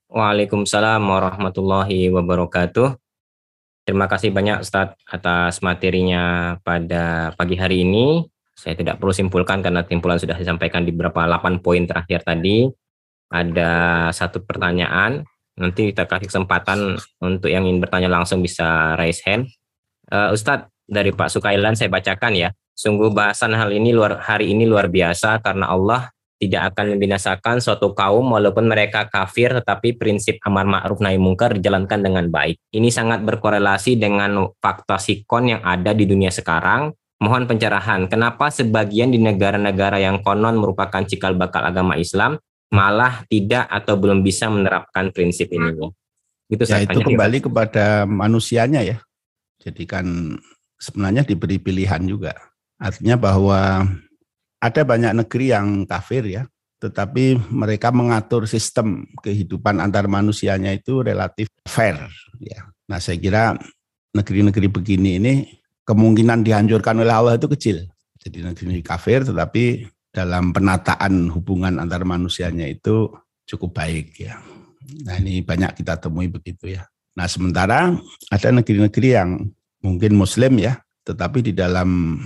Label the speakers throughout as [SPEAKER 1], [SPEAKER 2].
[SPEAKER 1] Waalaikumsalam warahmatullahi wabarakatuh. Terima kasih banyak Ustadz atas materinya pada pagi hari ini. Saya tidak perlu simpulkan karena simpulan sudah disampaikan di beberapa 8 poin terakhir tadi. Ada satu pertanyaan, nanti kita kasih kesempatan untuk yang ingin bertanya langsung bisa raise hand. Ustadz, dari Pak Sukailan saya bacakan ya. Sungguh bahasan hari ini luar biasa karena Allah tidak akan membinasakan suatu kaum walaupun mereka kafir, tetapi prinsip amar ma'ruf nahi mungkar dijalankan dengan baik. Ini sangat berkorelasi dengan fakta sikon yang ada di dunia sekarang. Mohon pencerahan, kenapa sebagian di negara-negara yang konon merupakan cikal bakal agama Islam malah tidak atau belum bisa menerapkan prinsip ini?
[SPEAKER 2] Itu kembali kepada manusianya ya. Jadi kan sebenarnya diberi pilihan juga. Artinya bahwa ada banyak negeri yang kafir ya, tetapi mereka mengatur sistem kehidupan antar manusianya itu relatif fair ya. Nah, saya kira negeri-negeri begini ini kemungkinan dihancurkan oleh Allah itu kecil. Jadi negeri kafir tetapi dalam penataan hubungan antar manusianya itu cukup baik ya. Nah, ini banyak kita temui begitu ya. Nah, sementara ada negeri-negeri yang mungkin muslim ya, tetapi di dalam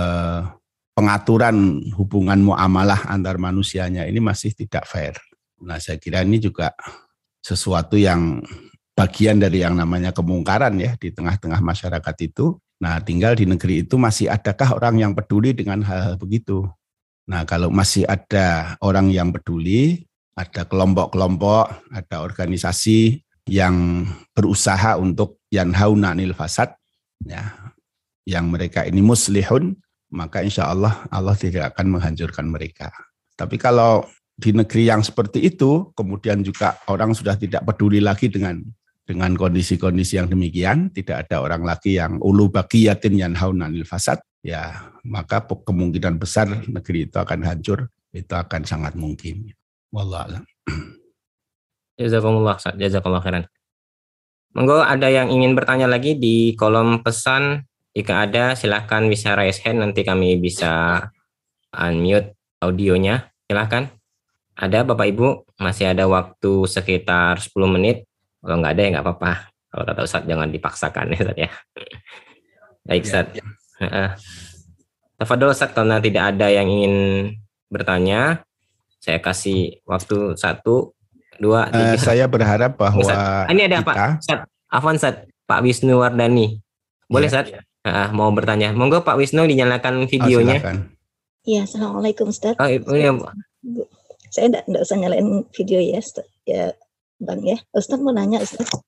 [SPEAKER 2] pengaturan hubungan muamalah antar manusianya ini masih tidak fair. Nah, saya kira ini juga sesuatu yang bagian dari yang namanya kemungkaran ya di tengah-tengah masyarakat itu. Nah, tinggal di negeri itu masih adakah orang yang peduli dengan hal-hal begitu. Nah, kalau masih ada orang yang peduli, ada kelompok-kelompok, ada organisasi yang berusaha untuk yanhauna 'anil fasad, ya, yang mereka ini muslihun, maka insya Allah tidak akan menghancurkan mereka. Tapi kalau di negeri yang seperti itu, kemudian juga orang sudah tidak peduli lagi dengan kondisi-kondisi yang demikian, tidak ada orang lagi yang ulu baqiyatin yanhauna 'anil fasad, ya, maka kemungkinan besar negeri itu akan hancur, itu akan sangat mungkin. Wallahu a'lam.
[SPEAKER 1] Jazakumullah, jazakallahu khairan. Monggo ada yang ingin bertanya lagi di kolom pesan. Jika ada, silahkan bisa raise hand, nanti kami bisa unmute audionya. Silahkan. Ada Bapak Ibu, masih ada waktu sekitar 10 menit. Kalau nggak ada ya nggak apa-apa. Kalau kata Ustaz jangan dipaksakan ya Ustaz ya. Baik Ustaz. Tafadhol Ustaz, karena tidak ada yang ingin bertanya, saya kasih waktu 1, 2, 3.
[SPEAKER 2] Saya berharap bahwa
[SPEAKER 1] Ustaz, ini ada Pak Ustaz, Afwan Ustaz, Pak Wisnu Wardani. Boleh Ustaz? Mau bertanya. Monggo Pak Wisnu dinyalakan videonya.
[SPEAKER 3] Iya, Assalamualaikum Ustaz.
[SPEAKER 1] Oh, iya, Bu.
[SPEAKER 3] Saya enggak usah nyalain video ya, Ustaz. Ya, Bang ya. Ustaz mau nanya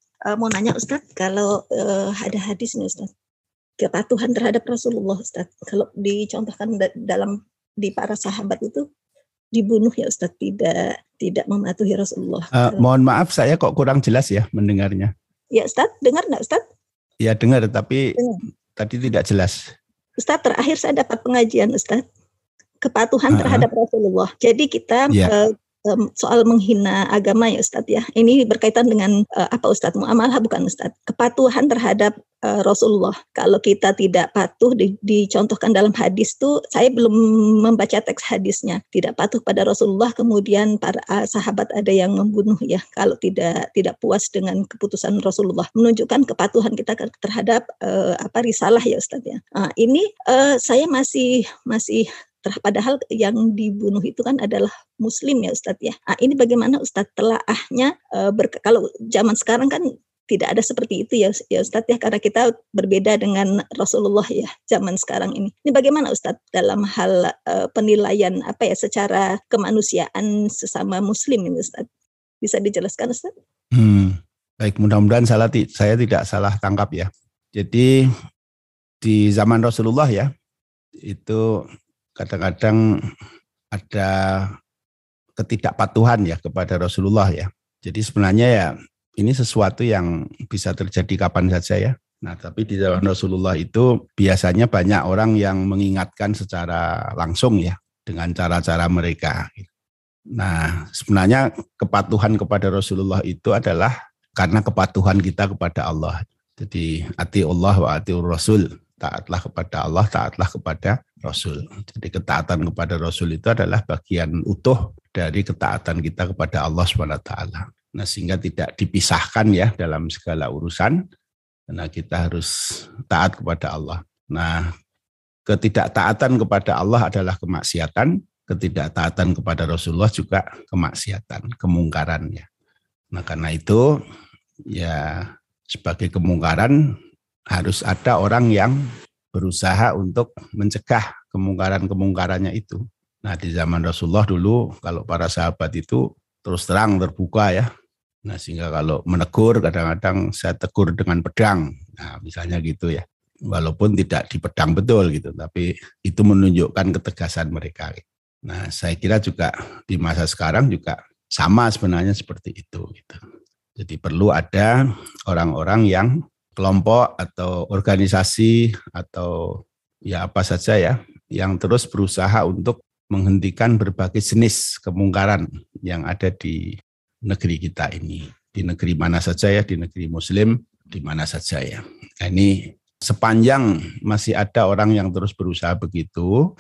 [SPEAKER 3] Ustaz, kalau ada hadis nih Ustaz, kepatuhan terhadap Rasulullah Ustaz. Kalau dicontohkan di para sahabat itu dibunuh ya Ustaz, tidak mematuhi Rasulullah.
[SPEAKER 2] Mohon maaf, saya kok kurang jelas ya mendengarnya.
[SPEAKER 3] Ya Ustaz, dengar enggak Ustaz?
[SPEAKER 2] Ya dengar, tapi tadi tidak jelas.
[SPEAKER 3] Ustaz, terakhir saya dapat pengajian Ustaz, kepatuhan terhadap Rasulullah. Jadi kita soal menghina agama ya Ustaz ya. Ini berkaitan dengan apa Ustaz? Muamalah bukan Ustaz? Kepatuhan terhadap Rasulullah. Kalau kita tidak patuh, dicontohkan dalam hadis tuh, saya belum membaca teks hadisnya. Tidak patuh pada Rasulullah, kemudian para sahabat ada yang membunuh ya. Kalau tidak puas dengan keputusan Rasulullah, menunjukkan kepatuhan kita terhadap risalah ya Ustaz ya. Ini saya masih padahal yang dibunuh itu kan adalah Muslim ya Ustadz ya. Ini bagaimana Ustadz telaahnya? Kalau zaman sekarang kan tidak ada seperti itu ya Ustadz ya, karena kita berbeda dengan Rasulullah ya zaman sekarang ini. Ini bagaimana Ustadz dalam hal penilaian secara kemanusiaan sesama Muslim ini Ustadz? Bisa dijelaskan Ustadz?
[SPEAKER 2] Baik, mudah-mudahan saya tidak salah tangkap ya. Jadi di zaman Rasulullah ya, itu kadang-kadang ada ketidakpatuhan ya kepada Rasulullah ya. Jadi sebenarnya ya ini sesuatu yang bisa terjadi kapan saja ya. Nah, tapi di zaman Rasulullah itu biasanya banyak orang yang mengingatkan secara langsung ya dengan cara-cara mereka. Nah, sebenarnya kepatuhan kepada Rasulullah itu adalah karena kepatuhan kita kepada Allah. Jadi ati Allah wa atiur Rasul. Taatlah kepada Allah, taatlah kepada Rasul. Jadi ketaatan kepada Rasul itu adalah bagian utuh dari ketaatan kita kepada Allah SWT. Nah, sehingga tidak dipisahkan ya dalam segala urusan. Karena kita harus taat kepada Allah. Nah, ketidaktaatan kepada Allah adalah kemaksiatan, ketidaktaatan kepada Rasulullah juga kemaksiatan, kemungkaran ya. Nah, karena itu ya sebagai kemungkaran harus ada orang yang berusaha untuk mencegah kemungkaran-kemungkarannya itu. Nah, di zaman Rasulullah dulu kalau para sahabat itu terus terang terbuka ya. Nah, sehingga kalau menegur kadang-kadang saya tegur dengan pedang. Nah, misalnya gitu ya. Walaupun tidak dipedang betul gitu, tapi itu menunjukkan ketegasan mereka. Nah, saya kira juga di masa sekarang juga sama sebenarnya seperti itu gitu. Jadi perlu ada orang-orang yang kelompok atau organisasi atau ya apa saja ya yang terus berusaha untuk menghentikan berbagai jenis kemungkaran yang ada di negeri kita ini, di negeri mana saja ya, di negeri Muslim, di mana saja ya. Nah, ini sepanjang masih ada orang yang terus berusaha begitu,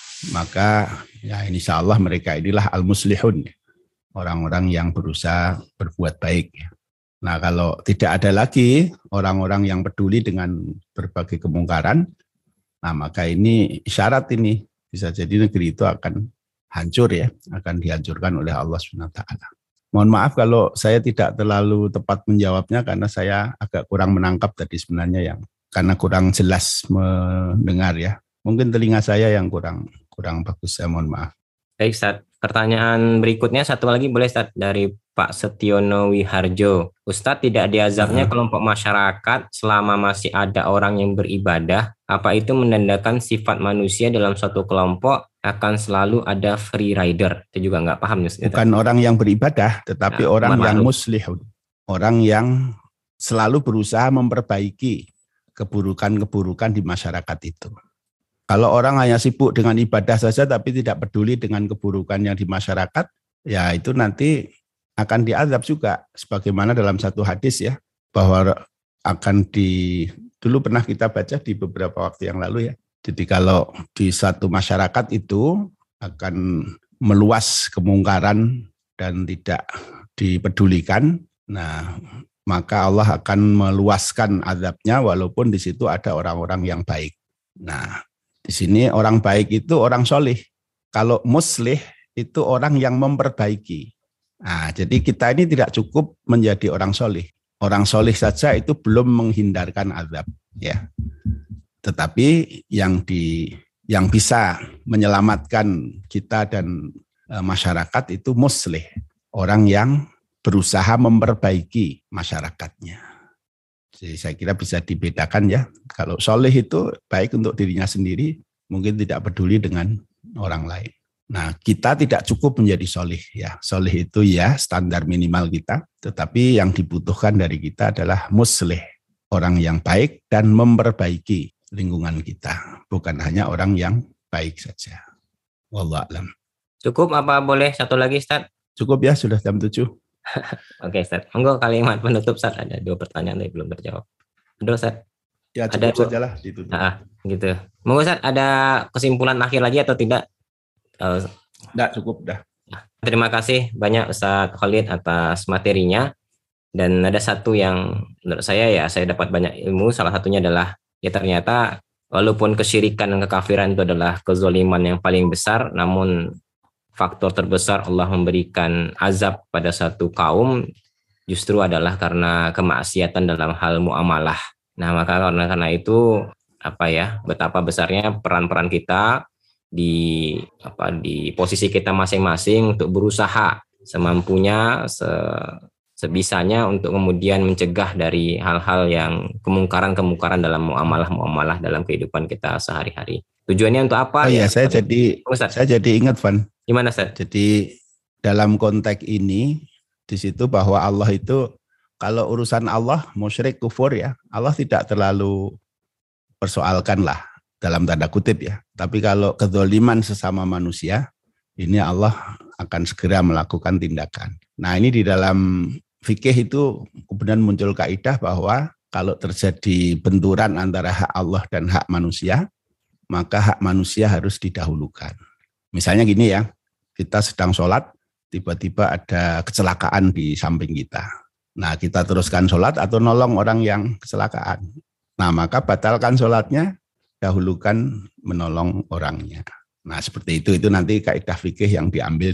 [SPEAKER 2] maka ya insya Allah mereka inilah al-muslihun, orang-orang yang berusaha berbuat baik. Nah, kalau tidak ada lagi orang-orang yang peduli dengan berbagai kemungkaran, nah maka ini isyarat ini bisa jadi negeri itu akan hancur ya, akan dihancurkan oleh Allah SWT. Mohon maaf kalau saya tidak terlalu tepat menjawabnya karena saya agak kurang menangkap tadi sebenarnya yang karena kurang jelas mendengar ya. Mungkin telinga saya yang kurang bagus, saya mohon maaf.
[SPEAKER 1] Baik, Ustaz. Pertanyaan berikutnya satu lagi boleh, Ustaz, dari Pak Setiono Wiharjo. Ustaz, tidak diazabnya kelompok masyarakat selama masih ada orang yang beribadah, apa itu menandakan sifat manusia dalam suatu kelompok akan selalu ada free rider? Itu juga nggak paham. Ustaz.
[SPEAKER 2] Bukan orang yang beribadah, tetapi ya, orang yang muslihun. Orang yang selalu berusaha memperbaiki keburukan-keburukan di masyarakat itu. Kalau orang hanya sibuk dengan ibadah saja tapi tidak peduli dengan keburukan yang di masyarakat, ya itu nanti akan diazab juga. Sebagaimana dalam satu hadis ya, bahwa dulu pernah kita baca di beberapa waktu yang lalu ya. Jadi kalau di satu masyarakat itu akan meluas kemungkaran dan tidak dipedulikan, nah maka Allah akan meluaskan azabnya walaupun di situ ada orang-orang yang baik. Nah, di sini orang baik itu orang solih. Kalau muslih itu orang yang memperbaiki. Nah, jadi kita ini tidak cukup menjadi orang solih. Orang solih saja itu belum menghindarkan azab, ya. Tetapi yang bisa menyelamatkan kita dan masyarakat itu muslih, orang yang berusaha memperbaiki masyarakatnya. Jadi saya kira bisa dibedakan ya. Kalau soleh itu baik untuk dirinya sendiri, mungkin tidak peduli dengan orang lain. Nah, kita tidak cukup menjadi soleh ya. Soleh itu ya standar minimal kita, tetapi yang dibutuhkan dari kita adalah muslih, orang yang baik dan memperbaiki lingkungan kita, bukan hanya orang yang baik saja. Wallahu a'lam.
[SPEAKER 1] Cukup apa boleh satu lagi, Ustaz?
[SPEAKER 2] Cukup ya, sudah jam 7.
[SPEAKER 1] Oke, Ustaz. Monggo kalimat penutup, Ustaz. Ada 2 pertanyaan yang belum terjawab. Betul, Ustaz?
[SPEAKER 2] Ya, cukup sajalah ditutup.
[SPEAKER 1] Gitu. Monggo, Ustaz, ada kesimpulan akhir lagi atau tidak?
[SPEAKER 2] Enggak, cukup dah.
[SPEAKER 1] Terima kasih banyak Ustaz Khalid atas materinya. Dan ada satu yang menurut saya ya, saya dapat banyak ilmu. Salah satunya adalah ya ternyata walaupun kesyirikan dan kekafiran itu adalah kezaliman yang paling besar, namun faktor terbesar Allah memberikan azab pada satu kaum justru adalah karena kemaksiatan dalam hal muamalah. Nah, maka karena itu betapa besarnya peran-peran kita di posisi kita masing-masing untuk berusaha semampunya, sebisanya untuk kemudian mencegah dari hal-hal yang kemungkaran dalam muamalah dalam kehidupan kita sehari-hari. Tujuannya untuk apa?
[SPEAKER 2] Oh ya, saya jadi ingat, Van.
[SPEAKER 1] Gimana, Ustaz?
[SPEAKER 2] Jadi dalam konteks ini di situ bahwa Allah itu kalau urusan Allah musyrik kufur ya, Allah tidak terlalu persoalkan lah dalam tanda kutip ya. Tapi kalau kezaliman sesama manusia, ini Allah akan segera melakukan tindakan. Nah, ini di dalam fikih itu kemudian muncul kaidah bahwa kalau terjadi benturan antara hak Allah dan hak manusia, maka hak manusia harus didahulukan. Misalnya gini ya, kita sedang sholat, tiba-tiba ada kecelakaan di samping kita. Nah, kita teruskan sholat atau nolong orang yang kecelakaan. Nah, maka batalkan sholatnya, dahulukan menolong orangnya. Nah, seperti itu nanti kaidah fikih yang diambil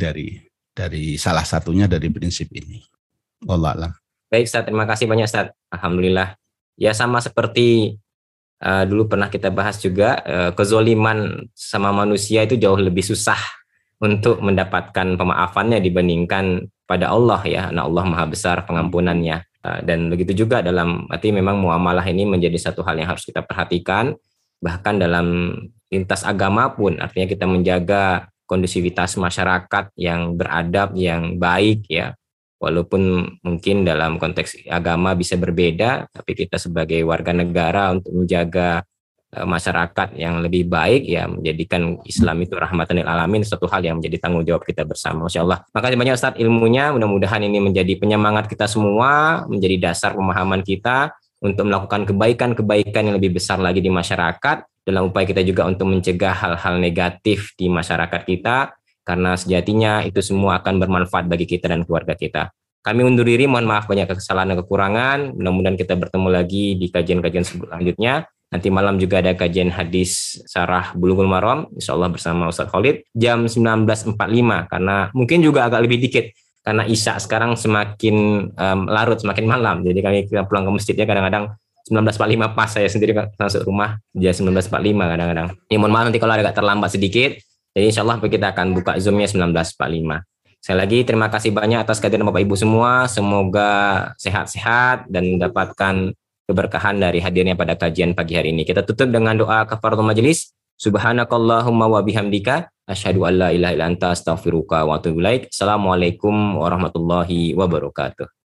[SPEAKER 2] dari salah satunya dari prinsip ini. Wallahu a'lam.
[SPEAKER 1] Baik Ustaz, terima kasih banyak Ustaz. Alhamdulillah. Ya sama seperti dulu pernah kita bahas juga, kezoliman sama manusia itu jauh lebih susah untuk mendapatkan pemaafannya dibandingkan pada Allah ya. Nah, Allah Maha Besar pengampunannya. Dan begitu juga dalam arti memang muamalah ini menjadi satu hal yang harus kita perhatikan. Bahkan dalam lintas agama pun, artinya kita menjaga kondusivitas masyarakat yang beradab, yang baik ya. Walaupun mungkin dalam konteks agama bisa berbeda, tapi kita sebagai warga negara untuk menjaga masyarakat yang lebih baik ya, menjadikan Islam itu rahmatan lil alamin, satu hal yang menjadi tanggung jawab kita bersama. Masya Allah. Makasih banyak Ustaz ilmunya, mudah-mudahan ini menjadi penyemangat kita semua, menjadi dasar pemahaman kita untuk melakukan kebaikan-kebaikan yang lebih besar lagi di masyarakat, dalam upaya kita juga untuk mencegah hal-hal negatif di masyarakat kita, karena sejatinya itu semua akan bermanfaat bagi kita dan keluarga kita. Kami undur diri, mohon maaf banyak kesalahan dan kekurangan, mudah-mudahan kita bertemu lagi di kajian-kajian selanjutnya. Nanti malam juga ada kajian hadis Syarah Bulughul Maram, insyaallah bersama Ustaz Khalid, jam 19.45, karena mungkin juga agak lebih dikit, karena Isya sekarang semakin larut, semakin malam, jadi kita pulang ke masjidnya kadang-kadang 19.45 pas saya sendiri masuk rumah, jam 19.45 kadang-kadang. Ya mohon maaf nanti kalau agak terlambat sedikit, jadi insyaallah kita akan buka Zoom-nya 19.45. Sekali lagi terima kasih banyak atas kehadiran Bapak Ibu semua, semoga sehat-sehat dan mendapatkan keberkahan dari hadirnya pada kajian pagi hari ini. Kita tutup dengan doa kafaratul majelis. Subhanakallahumma wa bihamdika asyhadu an la ilaha illa anta astaghfiruka wa atubu ilaik. Assalamualaikum warahmatullahi wabarakatuh.